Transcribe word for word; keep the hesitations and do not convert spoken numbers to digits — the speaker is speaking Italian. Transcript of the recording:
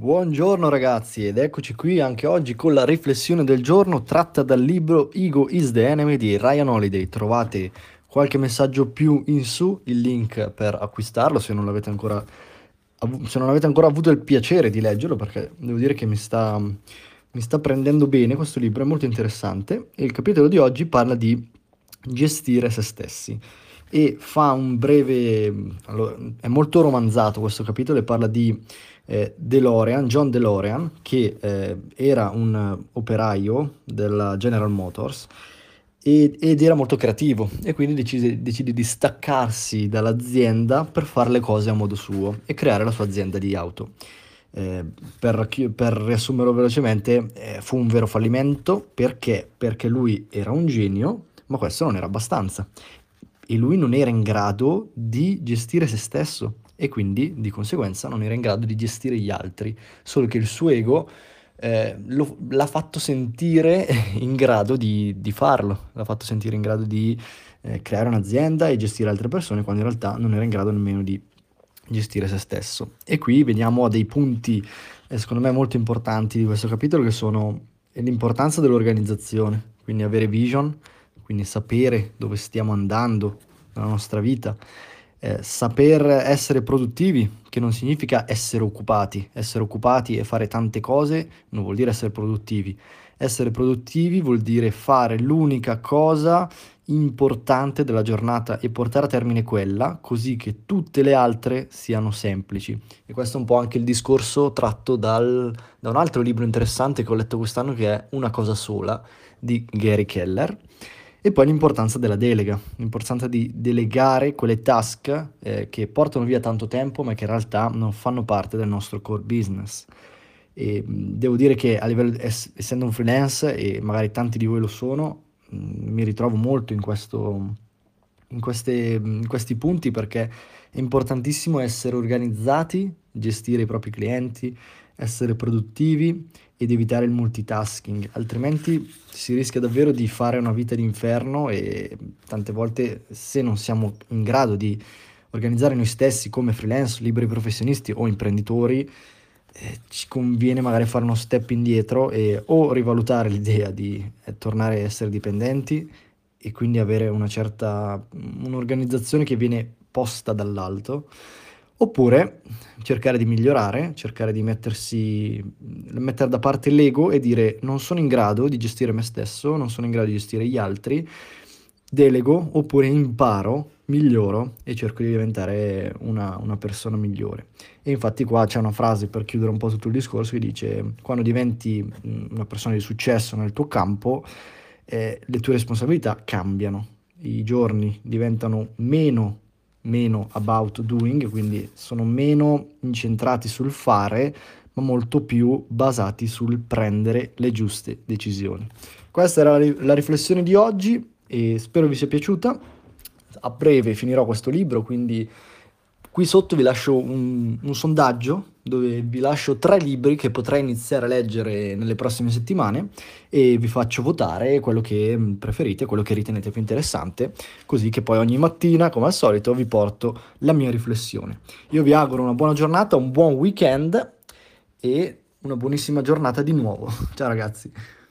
Buongiorno ragazzi ed eccoci qui anche oggi con la riflessione del giorno tratta dal libro Ego is the Enemy di Ryan Holiday. Trovate qualche messaggio più in su, il link per acquistarlo se non l'avete ancora, avu- se non avete ancora avuto il piacere di leggerlo, perché devo dire che mi sta, mi sta prendendo bene questo libro, è molto interessante e il capitolo di oggi parla di gestire se stessi e fa un breve, allora, è molto romanzato questo capitolo e parla di eh, DeLorean, John DeLorean, che eh, era un eh, operaio della General Motors e- ed era molto creativo e quindi decise, decide di staccarsi dall'azienda per fare le cose a modo suo e creare la sua azienda di auto. Eh, per, chi- per riassumerlo velocemente, eh, fu un vero fallimento perché? Perché lui era un genio, ma questo non era abbastanza e lui non era in grado di gestire se stesso e quindi di conseguenza non era in grado di gestire gli altri, solo che il suo ego eh, lo- l'ha fatto sentire in grado di, di farlo, l'ha fatto sentire in grado di eh, creare un'azienda e gestire altre persone quando in realtà non era in grado nemmeno di gestire se stesso. E qui veniamo a dei punti, eh, secondo me, molto importanti di questo capitolo che sono l'importanza dell'organizzazione, quindi avere vision, quindi sapere dove stiamo andando nella nostra vita, eh, saper essere produttivi, che non significa essere occupati. Essere occupati e fare tante cose non vuol dire essere produttivi. Essere produttivi vuol dire fare l'unica cosa importante della giornata e portare a termine quella, così che tutte le altre siano semplici. E questo è un po' anche il discorso tratto dal, da un altro libro interessante che ho letto quest'anno che è Una cosa sola di Gary Keller. E poi l'importanza della delega, l'importanza di delegare quelle task eh, che portano via tanto tempo ma che in realtà non fanno parte del nostro core business. E mh, devo dire che a livello, ess- essendo un freelance, e magari tanti di voi lo sono, mh, mi ritrovo molto in questo, in queste- in questi punti perché è importantissimo essere organizzati, gestire i propri clienti, essere produttivi ed evitare il multitasking, altrimenti si rischia davvero di fare una vita d'inferno e tante volte se non siamo in grado di organizzare noi stessi come freelance, liberi professionisti o imprenditori, eh, ci conviene magari fare uno step indietro e o rivalutare l'idea di eh, tornare a essere dipendenti e quindi avere una certa un'organizzazione che viene posta dall'alto, oppure cercare di migliorare, cercare di mettersi, mettere da parte l'ego e dire non sono in grado di gestire me stesso, non sono in grado di gestire gli altri, delego oppure imparo, miglioro e cerco di diventare una, una persona migliore. E infatti qua c'è una frase per chiudere un po' tutto il discorso che dice quando diventi mh, una persona di successo nel tuo campo, eh, le tue responsabilità cambiano, i giorni diventano meno, meno about doing, quindi sono meno incentrati sul fare, ma molto più basati sul prendere le giuste decisioni. Questa era la ri- la riflessione di oggi e spero vi sia piaciuta. A breve finirò questo libro, quindi qui sotto vi lascio un, un sondaggio dove vi lascio tre libri che potrai iniziare a leggere nelle prossime settimane e vi faccio votare quello che mm, preferite, quello che ritenete più interessante, così che poi ogni mattina, come al solito, vi porto la mia riflessione. Io vi auguro una buona giornata, un buon weekend e una buonissima giornata di nuovo. Ciao ragazzi.